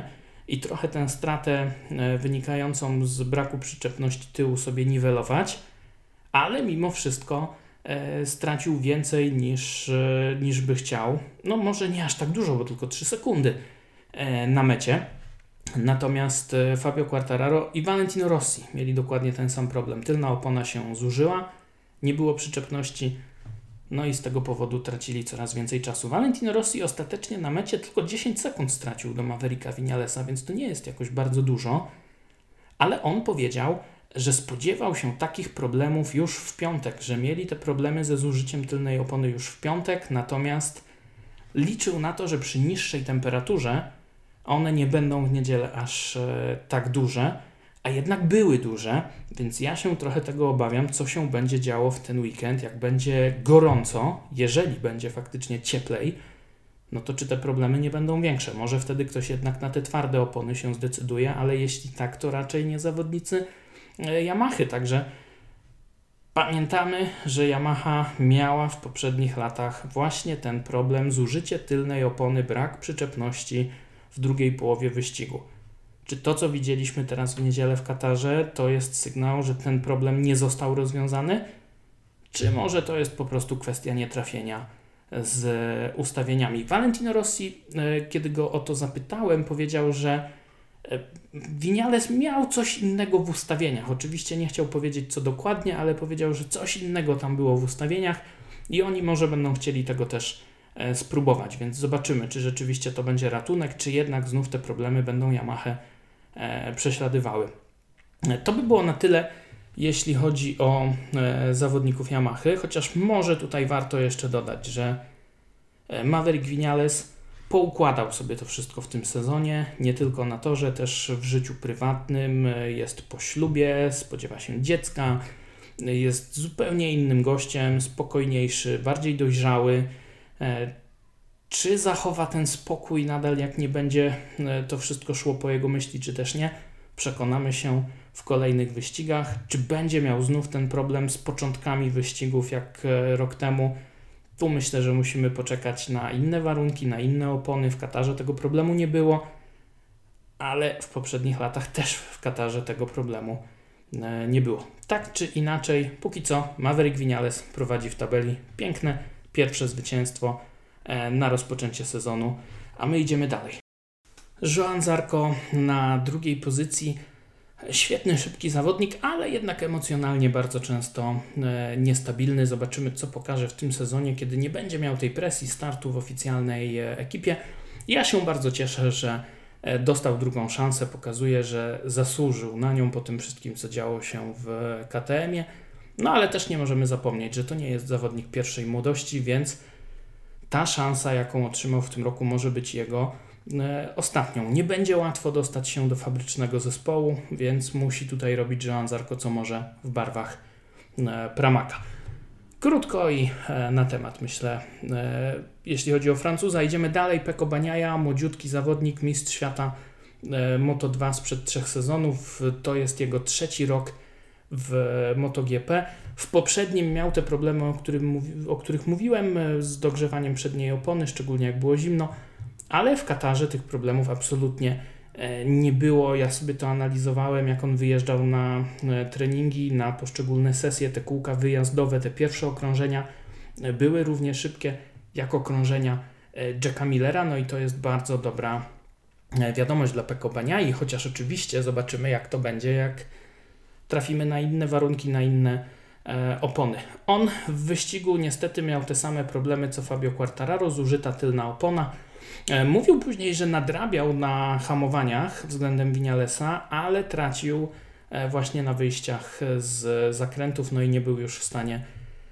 [SPEAKER 1] i trochę tę stratę wynikającą z braku przyczepności tyłu sobie niwelować, ale mimo wszystko stracił więcej niż, niż by chciał. No może nie aż tak dużo, bo tylko trzy sekundy na mecie. Natomiast Fabio Quartararo i Valentino Rossi mieli dokładnie ten sam problem. Tylna opona się zużyła, nie było przyczepności, no i z tego powodu tracili coraz więcej czasu. Valentino Rossi ostatecznie na mecie tylko dziesięć sekund stracił do Mavericka Vinalesa, więc to nie jest jakoś bardzo dużo, ale on powiedział, że spodziewał się takich problemów już w piątek, że mieli te problemy ze zużyciem tylnej opony już w piątek, natomiast liczył na to, że przy niższej temperaturze one nie będą w niedzielę aż e, tak duże, a jednak były duże, więc ja się trochę tego obawiam, co się będzie działo w ten weekend, jak będzie gorąco, jeżeli będzie faktycznie cieplej, no to czy te problemy nie będą większe? Może wtedy ktoś jednak na te twarde opony się zdecyduje, ale jeśli tak, to raczej nie zawodnicy e, Yamahy, także pamiętamy, że Yamaha miała w poprzednich latach właśnie ten problem, zużycie tylnej opony, brak przyczepności w drugiej połowie wyścigu. Czy to, co widzieliśmy teraz w niedzielę w Katarze, to jest sygnał, że ten problem nie został rozwiązany? Czy może to jest po prostu kwestia nietrafienia z ustawieniami? Valentino Rossi, kiedy go o to zapytałem, powiedział, że Vinales miał coś innego w ustawieniach. Oczywiście nie chciał powiedzieć co dokładnie, ale powiedział, że coś innego tam było w ustawieniach i oni może będą chcieli tego też spróbować, więc zobaczymy, czy rzeczywiście to będzie ratunek, czy jednak znów te problemy będą Yamahę e, prześladowały. To by było na tyle, jeśli chodzi o e, zawodników Yamahy, chociaż może tutaj warto jeszcze dodać, że Maverick Vinales poukładał sobie to wszystko w tym sezonie, nie tylko na torze, też w życiu prywatnym, jest po ślubie, spodziewa się dziecka, jest zupełnie innym gościem, spokojniejszy, bardziej dojrzały. Czy zachowa ten spokój nadal, jak nie będzie to wszystko szło po jego myśli, czy też nie? Przekonamy się w kolejnych wyścigach. Czy będzie miał znów ten problem z początkami wyścigów jak rok temu? Tu myślę, że musimy poczekać na inne warunki, na inne opony. W Katarze tego problemu nie było, ale w poprzednich latach też w Katarze tego problemu nie było. Tak czy inaczej, póki co Maverick Vinales prowadzi w tabeli. Piękne pierwsze zwycięstwo na rozpoczęcie sezonu, a my idziemy dalej. Joan Zarco na drugiej pozycji. Świetny, szybki zawodnik, ale jednak emocjonalnie bardzo często e, niestabilny. Zobaczymy, co pokaże w tym sezonie, kiedy nie będzie miał tej presji startu w oficjalnej e, ekipie. Ja się bardzo cieszę, że e, dostał drugą szansę. Pokazuje, że zasłużył na nią po tym wszystkim, co działo się w K T M-ie. No ale też nie możemy zapomnieć, że to nie jest zawodnik pierwszej młodości, więc ta szansa, jaką otrzymał w tym roku, może być jego e, ostatnią. Nie będzie łatwo dostać się do fabrycznego zespołu, więc musi tutaj robić Joan Zarco co może w barwach e, Pramaka. Krótko i e, na temat, myślę. E, jeśli chodzi o Francuza, idziemy dalej. Pecco Bagnaia, młodziutki zawodnik, mistrz świata e, Moto dwa sprzed trzech sezonów. To jest jego trzeci rok w MotoGP. W poprzednim miał te problemy, o, którym, o których mówiłem, z dogrzewaniem przedniej opony, szczególnie jak było zimno, ale w Katarze tych problemów absolutnie nie było. Ja sobie to analizowałem, jak on wyjeżdżał na treningi, na poszczególne sesje, te kółka wyjazdowe, te pierwsze okrążenia były równie szybkie jak okrążenia Jacka Millera, no i to jest bardzo dobra wiadomość dla Pecco Bagnai, chociaż oczywiście zobaczymy, jak to będzie, jak trafimy na inne warunki, na inne e, opony. On w wyścigu niestety miał te same problemy co Fabio Quartararo, zużyta tylna opona. E, mówił później, że nadrabiał na hamowaniach względem Vinalesa, ale tracił e, właśnie na wyjściach z zakrętów, no i nie był już w stanie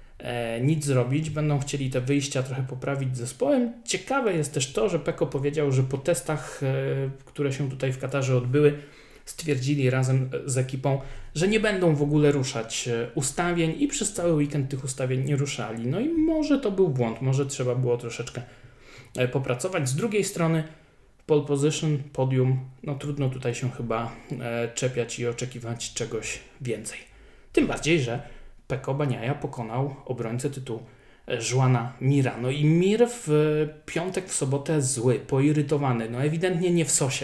[SPEAKER 1] e, nic zrobić. Będą chcieli te wyjścia trochę poprawić zespołem. Ciekawe jest też to, że Pecco powiedział, że po testach, e, które się tutaj w Katarze odbyły, stwierdzili razem z ekipą, że nie będą w ogóle ruszać ustawień i przez cały weekend tych ustawień nie ruszali. No i może to był błąd, może trzeba było troszeczkę popracować. Z drugiej strony pole position, podium, no trudno tutaj się chyba czepiać i oczekiwać czegoś więcej. Tym bardziej, że Pecco Bagnaia pokonał obrońcę tytułu Joana Mira. No i Mir w piątek, w sobotę zły, poirytowany, no ewidentnie nie w sosie.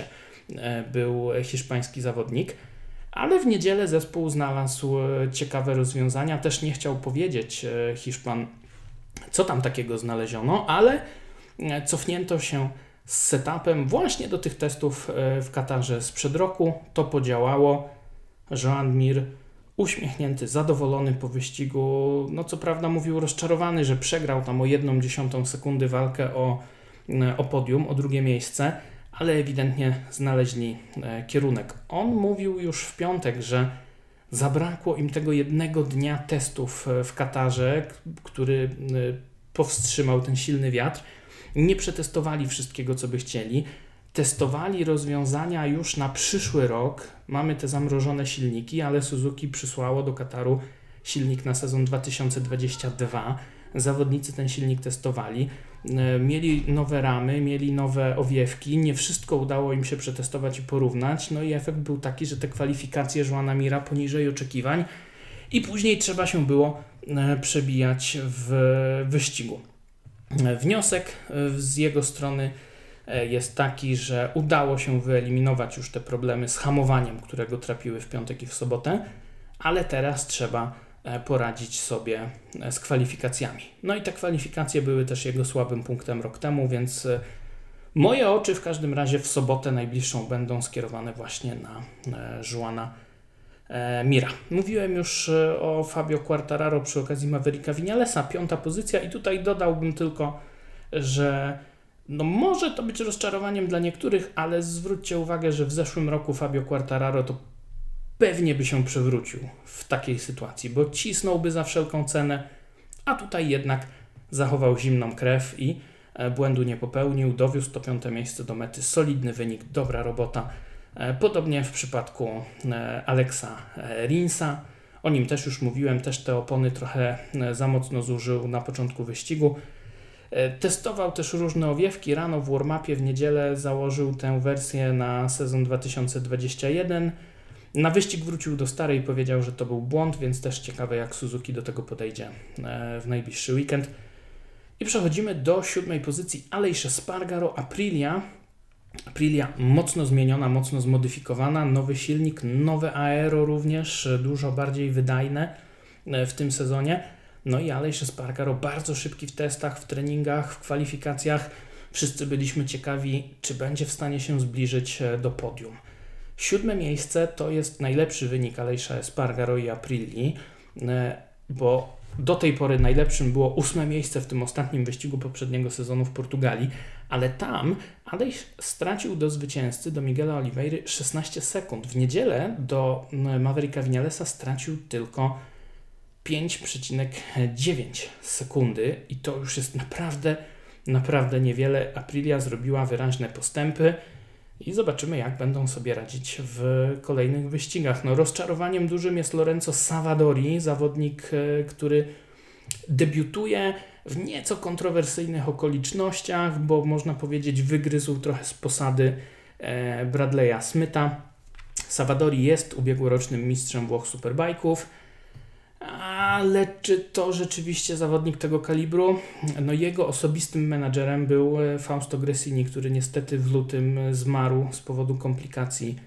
[SPEAKER 1] był hiszpański zawodnik. Ale w niedzielę zespół znalazł ciekawe rozwiązania. Też nie chciał powiedzieć Hiszpan, co tam takiego znaleziono, ale cofnięto się z setupem właśnie do tych testów w Katarze sprzed roku. To podziałało. Joan Mir uśmiechnięty, zadowolony po wyścigu. No co prawda mówił rozczarowany, że przegrał tam o jedną dziesiątą sekundy walkę o, o podium, o drugie miejsce, ale ewidentnie znaleźli kierunek. On mówił już w piątek, że zabrakło im tego jednego dnia testów w Katarze, który powstrzymał ten silny wiatr. Nie przetestowali wszystkiego, co by chcieli. Testowali rozwiązania już na przyszły rok. Mamy te zamrożone silniki, ale Suzuki przysłało do Kataru silnik na sezon dwa tysiące dwudziesty drugi. Zawodnicy ten silnik testowali. Mieli nowe ramy, mieli nowe owiewki. Nie wszystko udało im się przetestować i porównać. No i efekt był taki, że te kwalifikacje Joana Mira poniżej oczekiwań i później trzeba się było przebijać w wyścigu. Wniosek z jego strony jest taki, że udało się wyeliminować już te problemy z hamowaniem, które go trapiły w piątek i w sobotę, ale teraz trzeba poradzić sobie z kwalifikacjami. No i te kwalifikacje były też jego słabym punktem rok temu, więc moje oczy w każdym razie w sobotę najbliższą będą skierowane właśnie na Joana Mira. Mówiłem już o Fabio Quartararo przy okazji Mavericka Vinalesa, piąta pozycja i tutaj dodałbym tylko, że no może to być rozczarowaniem dla niektórych, ale zwróćcie uwagę, że w zeszłym roku Fabio Quartararo to pewnie by się przewrócił w takiej sytuacji, bo cisnąłby za wszelką cenę, a tutaj jednak zachował zimną krew i błędu nie popełnił, dowiózł to piąte miejsce do mety, solidny wynik, dobra robota. Podobnie w przypadku Alexa Rinsa, o nim też już mówiłem, też te opony trochę za mocno zużył na początku wyścigu. Testował też różne owiewki, rano w warm-upie w niedzielę założył tę wersję na sezon dwa tysiące dwudziesty pierwszy. Na wyścig wrócił do starej i powiedział, że to był błąd, więc też ciekawe jak Suzuki do tego podejdzie w najbliższy weekend. I przechodzimy do siódmej pozycji Aleix Espargaro, Aprilia. Aprilia mocno zmieniona, mocno zmodyfikowana, nowy silnik, nowe aero również, dużo bardziej wydajne w tym sezonie. No i Aleix Espargaro bardzo szybki w testach, w treningach, w kwalifikacjach. Wszyscy byliśmy ciekawi, czy będzie w stanie się zbliżyć do podium. Siódme miejsce to jest najlepszy wynik Alexa Espargaro i Aprilii, bo do tej pory najlepszym było ósme miejsce w tym ostatnim wyścigu poprzedniego sezonu w Portugalii, ale tam Aleix stracił do zwycięzcy, do Miguela Oliveira szesnaście sekund. W niedzielę do Mavericka Vinalesa stracił tylko pięć przecinek dziewięć sekundy i to już jest naprawdę, naprawdę niewiele. Aprilia zrobiła wyraźne postępy i zobaczymy, jak będą sobie radzić w kolejnych wyścigach. No, rozczarowaniem dużym jest Lorenzo Savadori, zawodnik, który debiutuje w nieco kontrowersyjnych okolicznościach, bo można powiedzieć wygryzł trochę z posady Bradley'a Smitha. Savadori jest ubiegłorocznym mistrzem Włoch Superbike'ów, ale czy to rzeczywiście zawodnik tego kalibru? No jego osobistym menadżerem był Fausto Gresini, który niestety w lutym zmarł z powodu komplikacji,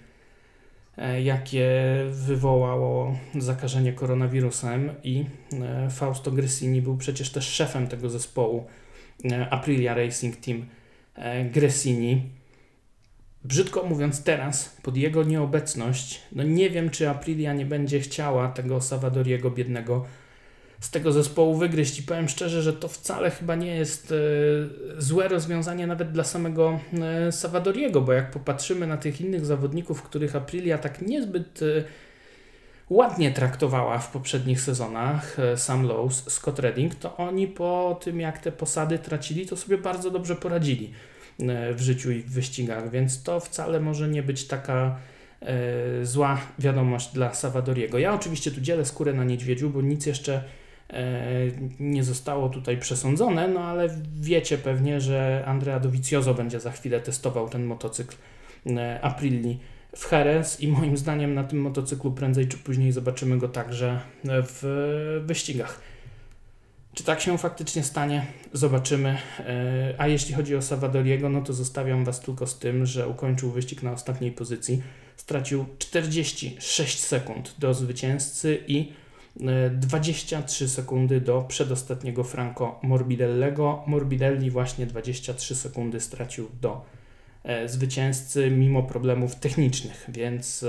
[SPEAKER 1] jakie wywołało zakażenie koronawirusem i Fausto Gresini był przecież też szefem tego zespołu Aprilia Racing Team Gresini. Brzydko mówiąc teraz, pod jego nieobecność, no nie wiem, czy Aprilia nie będzie chciała tego Savadoriego biednego z tego zespołu wygryźć i powiem szczerze, że to wcale chyba nie jest e, złe rozwiązanie nawet dla samego e, Savadoriego, bo jak popatrzymy na tych innych zawodników, których Aprilia tak niezbyt e, ładnie traktowała w poprzednich sezonach, e, Sam Lowe's, Scott Redding, to oni po tym jak te posady tracili, to sobie bardzo dobrze poradzili w życiu i w wyścigach, więc to wcale może nie być taka e, zła wiadomość dla Savadoriego. Ja oczywiście tu dzielę skórę na niedźwiedziu, bo nic jeszcze e, nie zostało tutaj przesądzone, no ale wiecie pewnie, że Andrea Dovizioso będzie za chwilę testował ten motocykl e, Aprilii w Jerez i moim zdaniem na tym motocyklu prędzej czy później zobaczymy go także w wyścigach. Czy tak się faktycznie stanie? Zobaczymy. A jeśli chodzi o Savadoriego, no to zostawiam Was tylko z tym, że ukończył wyścig na ostatniej pozycji. Stracił czterdzieści sześć sekund do zwycięzcy i dwadzieścia trzy sekundy do przedostatniego Franco Morbidellego. Morbidelli właśnie dwadzieścia trzy sekundy stracił do zwycięzcy mimo problemów technicznych, więc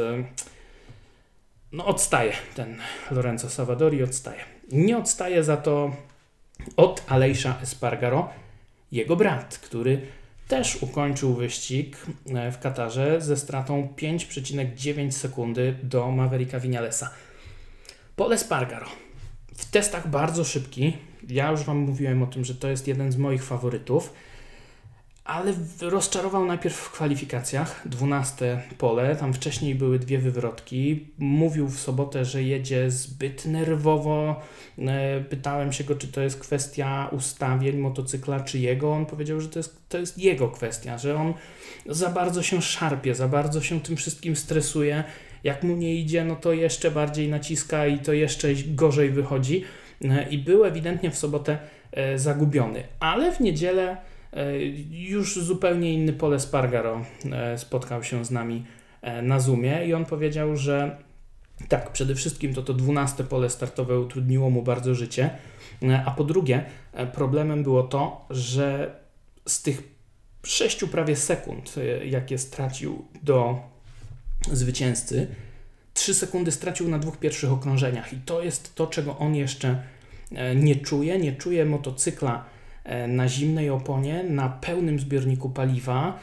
[SPEAKER 1] no odstaje ten Lorenzo Savadori, odstaje. Nie odstaje za to od Aleixo Espargaro, jego brat, który też ukończył wyścig w Katarze ze stratą pięć przecinek dziewięć sekundy do Mavericka Vinalesa. Paul Espargaro w testach bardzo szybki. Ja już Wam mówiłem o tym, że to jest jeden z moich faworytów, ale rozczarował najpierw w kwalifikacjach, dwunaste pole, tam wcześniej były dwie wywrotki. Mówił w sobotę, że jedzie zbyt nerwowo. Pytałem się go, czy to jest kwestia ustawień motocykla, czy jego. On powiedział, że to jest, to jest jego kwestia, że on za bardzo się szarpie, za bardzo się tym wszystkim stresuje. Jak mu nie idzie, no to jeszcze bardziej naciska i to jeszcze gorzej wychodzi. I był ewidentnie w sobotę zagubiony. Ale w niedzielę już zupełnie inny Paul Espargaro spotkał się z nami na Zoomie i on powiedział, że tak, przede wszystkim to to dwunaste pole startowe utrudniło mu bardzo życie, a po drugie problemem było to, że z tych sześciu prawie sekund, jakie stracił do zwycięzcy, trzy sekundy stracił na dwóch pierwszych okrążeniach i to jest to, czego on jeszcze nie czuje, nie czuje motocykla na zimnej oponie, na pełnym zbiorniku paliwa.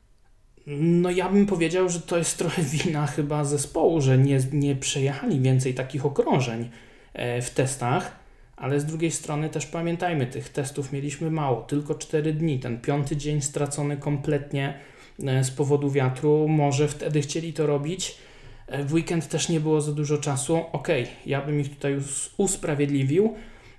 [SPEAKER 1] No ja bym powiedział, że to jest trochę wina chyba zespołu, że nie, nie przejechali więcej takich okrążeń w testach, ale z drugiej strony też pamiętajmy, tych testów mieliśmy mało, tylko cztery dni, ten piąty dzień stracony kompletnie z powodu wiatru, może wtedy chcieli to robić, w weekend też nie było za dużo czasu, okej, okay, ja bym ich tutaj usprawiedliwił,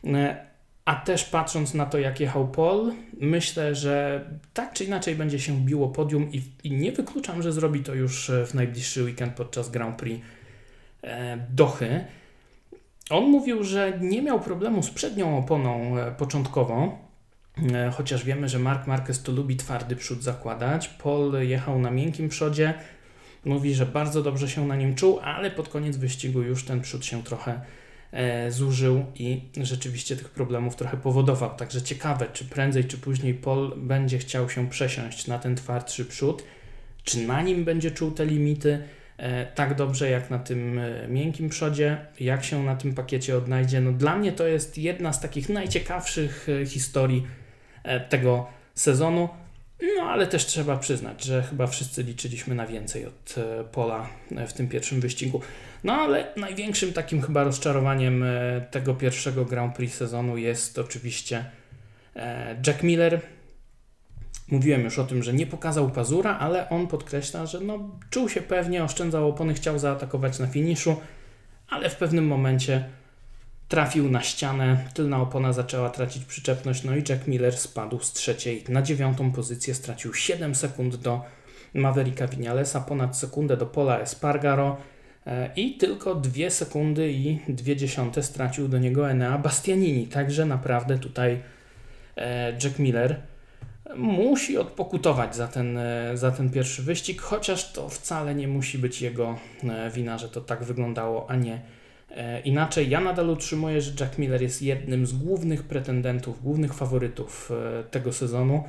[SPEAKER 1] a też patrząc na to, jak jechał Paul, myślę, że tak czy inaczej będzie się biło podium i, i nie wykluczam, że zrobi to już w najbliższy weekend podczas Grand Prix e, Dochy. On mówił, że nie miał problemu z przednią oponą e, początkowo, e, chociaż wiemy, że Marc Marquez to lubi twardy przód zakładać. Paul jechał na miękkim przodzie, mówi, że bardzo dobrze się na nim czuł, ale pod koniec wyścigu już ten przód się trochę E, zużył i rzeczywiście tych problemów trochę powodował. Także ciekawe, czy prędzej czy później Paul będzie chciał się przesiąść na ten twardszy przód, czy na nim będzie czuł te limity e, tak dobrze jak na tym e, miękkim przodzie, jak się na tym pakiecie odnajdzie. No dla mnie to jest jedna z takich najciekawszych e, historii e, tego sezonu. No ale też trzeba przyznać, że chyba wszyscy liczyliśmy na więcej od e, Paula e, w tym pierwszym wyścigu. No ale największym takim chyba rozczarowaniem e, tego pierwszego Grand Prix sezonu jest oczywiście e, Jack Miller. Mówiłem już o tym, że nie pokazał pazura, ale on podkreśla, że no, czuł się pewnie, oszczędzał opony, chciał zaatakować na finiszu, ale w pewnym momencie trafił na ścianę, tylna opona zaczęła tracić przyczepność, no i Jack Miller spadł z trzeciej na dziewiątą pozycję, stracił siedem sekund do Mavericka Vinalesa, ponad sekundę do Paula Espargaro e, i tylko dwie sekundy i dwie dziesiąte stracił do niego Enea Bastianini, także naprawdę tutaj e, Jack Miller musi odpokutować za ten, e, za ten pierwszy wyścig, chociaż to wcale nie musi być jego e, wina, że to tak wyglądało, a nie inaczej. Ja nadal utrzymuję, że Jack Miller jest jednym z głównych pretendentów, głównych faworytów tego sezonu.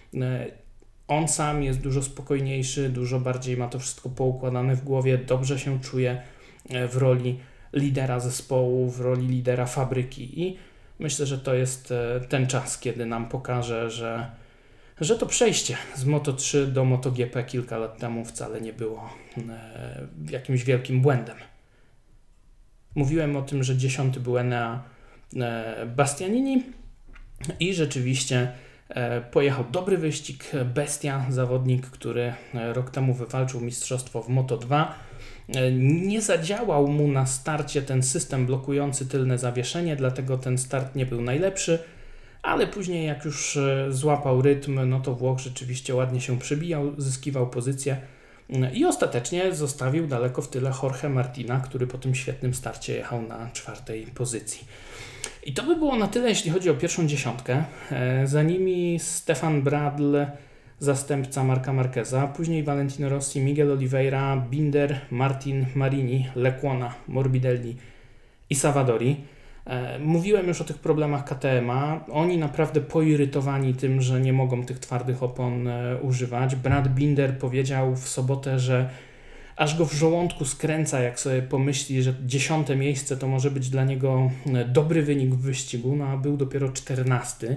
[SPEAKER 1] On sam jest dużo spokojniejszy, dużo bardziej ma to wszystko poukładane w głowie, dobrze się czuje w roli lidera zespołu, w roli lidera fabryki i myślę, że to jest ten czas, kiedy nam pokaże, że, że to przejście z Moto trzy do MotoGP kilka lat temu wcale nie było jakimś wielkim błędem. Mówiłem o tym, że dziesiąty był Enea Bastianini i rzeczywiście pojechał dobry wyścig. Bestia, zawodnik, który rok temu wywalczył mistrzostwo w Moto dwa. Nie zadziałał mu na starcie ten system blokujący tylne zawieszenie, dlatego ten start nie był najlepszy, ale później jak już złapał rytm, no to Włoch rzeczywiście ładnie się przybijał, zyskiwał pozycję. I ostatecznie zostawił daleko w tyle Jorge Martina, który po tym świetnym starcie jechał na czwartej pozycji. I to by było na tyle, jeśli chodzi o pierwszą dziesiątkę. Za nimi Stefan Bradl, zastępca Marca Marqueza, później Valentino Rossi, Miguel Oliveira, Binder, Martin Marini, Lecuona, Morbidelli i Savadori. Mówiłem już o tych problemach K T M a. Oni naprawdę poirytowani tym, że nie mogą tych twardych opon używać. Brad Binder powiedział w sobotę, że aż go w żołądku skręca, jak sobie pomyśli, że dziesiąte miejsce to może być dla niego dobry wynik w wyścigu, no a był dopiero czternasty.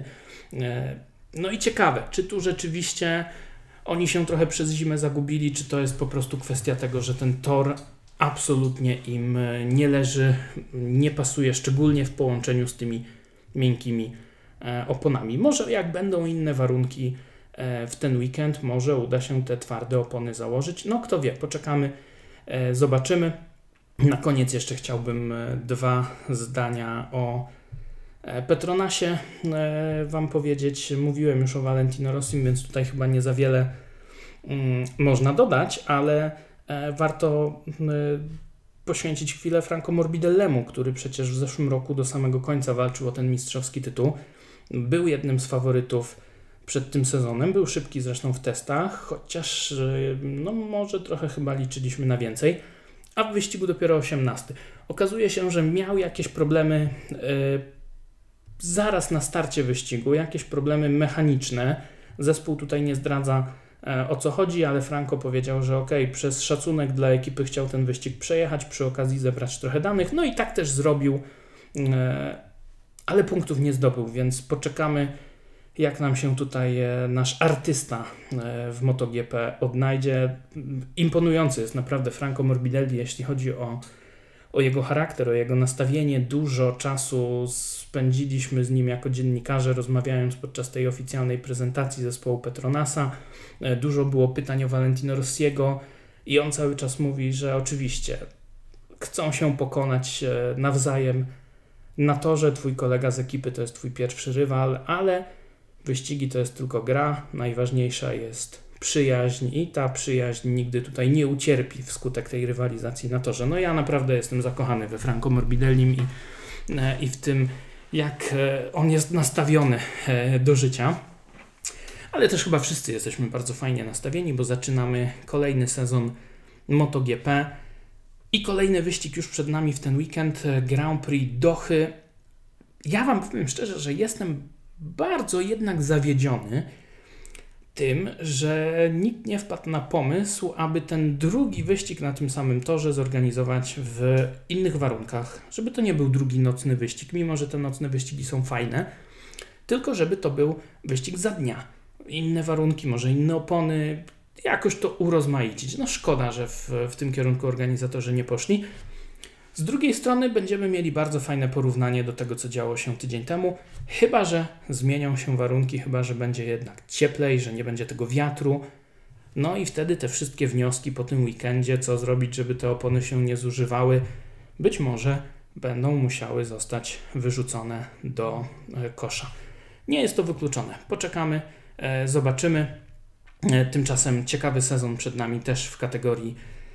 [SPEAKER 1] No i ciekawe, czy tu rzeczywiście oni się trochę przez zimę zagubili, czy to jest po prostu kwestia tego, że ten tor absolutnie im nie leży, nie pasuje, szczególnie w połączeniu z tymi miękkimi oponami. Może jak będą inne warunki w ten weekend, może uda się te twarde opony założyć. No kto wie, poczekamy, zobaczymy. Na koniec jeszcze chciałbym dwa zdania o Petronasie Wam powiedzieć. Mówiłem już o Valentino Rossim, więc tutaj chyba nie za wiele można dodać, ale warto poświęcić chwilę Franco Morbidellemu, który przecież w zeszłym roku do samego końca walczył o ten mistrzowski tytuł. Był jednym z faworytów przed tym sezonem, był szybki zresztą w testach, chociaż no może trochę chyba liczyliśmy na więcej, a w wyścigu dopiero osiemnasty. Okazuje się, że miał jakieś problemy yy, zaraz na starcie wyścigu, jakieś problemy mechaniczne. Zespół tutaj nie zdradza o co chodzi, ale Franco powiedział, że ok, przez szacunek dla ekipy chciał ten wyścig przejechać, przy okazji zebrać trochę danych, no i tak też zrobił, ale punktów nie zdobył, więc poczekamy, jak nam się tutaj nasz artysta w MotoGP odnajdzie. Imponujący jest naprawdę Franco Morbidelli, jeśli chodzi o, o jego charakter, o jego nastawienie. Dużo czasu spędziliśmy z nim jako dziennikarze, rozmawiając podczas tej oficjalnej prezentacji zespołu Petronasa. Dużo było pytań o Valentino Rossiego i on cały czas mówi, że oczywiście chcą się pokonać nawzajem na torze. Twój kolega z ekipy to jest twój pierwszy rywal, ale wyścigi to jest tylko gra. Najważniejsza jest przyjaźń i ta przyjaźń nigdy tutaj nie ucierpi wskutek tej rywalizacji na torze. No ja naprawdę jestem zakochany we Franco Morbidellim i, i w tym, jak on jest nastawiony do życia. Ale też chyba wszyscy jesteśmy bardzo fajnie nastawieni, bo zaczynamy kolejny sezon MotoGP i kolejny wyścig już przed nami w ten weekend, Grand Prix Dochy. Ja Wam powiem szczerze, że jestem bardzo jednak zawiedziony tym, że nikt nie wpadł na pomysł, aby ten drugi wyścig na tym samym torze zorganizować w innych warunkach, żeby to nie był drugi nocny wyścig, mimo że te nocne wyścigi są fajne, tylko żeby to był wyścig za dnia. Inne warunki, może inne opony, jakoś to urozmaicić. No szkoda, że w, w tym kierunku organizatorzy nie poszli. Z drugiej strony będziemy mieli bardzo fajne porównanie do tego, co działo się tydzień temu, chyba że zmienią się warunki, chyba że będzie jednak cieplej, że nie będzie tego wiatru. No i wtedy te wszystkie wnioski po tym weekendzie, co zrobić, żeby te opony się nie zużywały, być może będą musiały zostać wyrzucone do kosza. Nie jest to wykluczone. Poczekamy. Zobaczymy. Tymczasem ciekawy sezon przed nami też w kategorii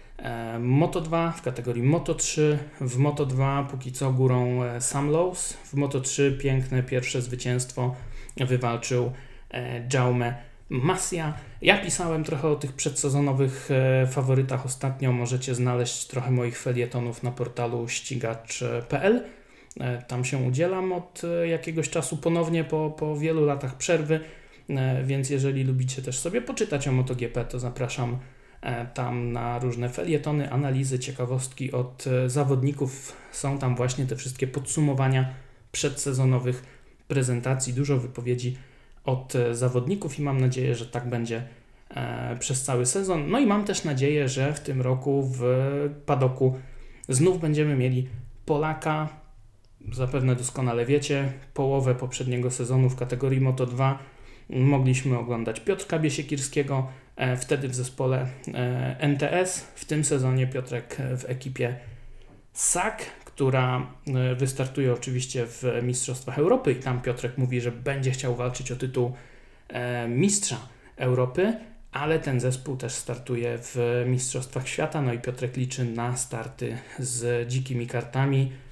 [SPEAKER 1] Moto dwa, w kategorii Moto trzy. W Moto dwa póki co górą Sam Lowe's. W Moto trzy piękne pierwsze zwycięstwo wywalczył Jaume Masia. Ja pisałem trochę o tych przedsezonowych faworytach ostatnio. Możecie znaleźć trochę moich felietonów na portalu ścigacz kropka p l. Tam się udzielam od jakiegoś czasu ponownie po, po wielu latach przerwy. Więc jeżeli lubicie też sobie poczytać o MotoGP, to zapraszam tam na różne felietony, analizy, ciekawostki od zawodników. Są tam właśnie te wszystkie podsumowania przedsezonowych prezentacji, dużo wypowiedzi od zawodników i mam nadzieję, że tak będzie przez cały sezon. No i mam też nadzieję, że w tym roku w padoku znów będziemy mieli Polaka. Zapewne doskonale wiecie, połowę poprzedniego sezonu w kategorii Moto dwa mogliśmy oglądać Piotrka Biesiekirskiego, wtedy w zespole N T S. W tym sezonie Piotrek w ekipie S A K, która wystartuje oczywiście w Mistrzostwach Europy i tam Piotrek mówi, że będzie chciał walczyć o tytuł mistrza Europy, ale ten zespół też startuje w Mistrzostwach Świata, no i Piotrek liczy na starty z dzikimi kartami.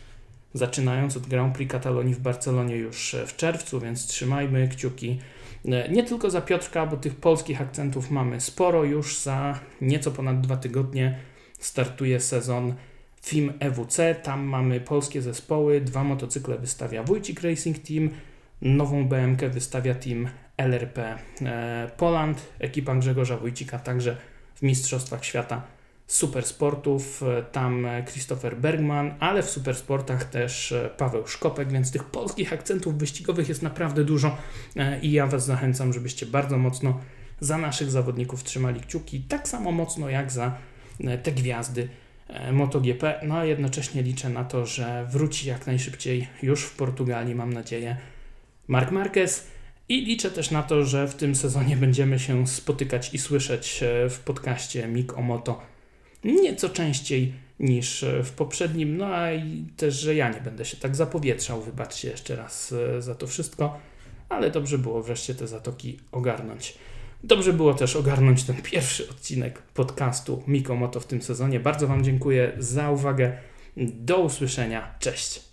[SPEAKER 1] zaczynając od Grand Prix Katalonii w Barcelonie już w czerwcu, więc trzymajmy kciuki nie tylko za Piotrka, bo tych polskich akcentów mamy sporo. Już za nieco ponad dwa tygodnie startuje sezon F I M E W C. Tam mamy polskie zespoły, dwa motocykle wystawia Wójcik Racing Team, nową B M K wystawia team L R P Poland, ekipa Grzegorza Wójcika także w Mistrzostwach Świata Supersportów, tam Christopher Bergman, ale w Supersportach też Paweł Szkopek, więc tych polskich akcentów wyścigowych jest naprawdę dużo i ja Was zachęcam, żebyście bardzo mocno za naszych zawodników trzymali kciuki, tak samo mocno jak za te gwiazdy MotoGP, no a jednocześnie liczę na to, że wróci jak najszybciej już w Portugalii, mam nadzieję, Marc Marquez i liczę też na to, że w tym sezonie będziemy się spotykać i słyszeć w podcaście Mik o Moto nieco częściej niż w poprzednim, no a i też, że ja nie będę się tak zapowietrzał, wybaczcie jeszcze raz za to wszystko, ale dobrze było wreszcie te zatoki ogarnąć. Dobrze było też ogarnąć ten pierwszy odcinek podcastu Mik o Moto w tym sezonie. Bardzo Wam dziękuję za uwagę. Do usłyszenia. Cześć!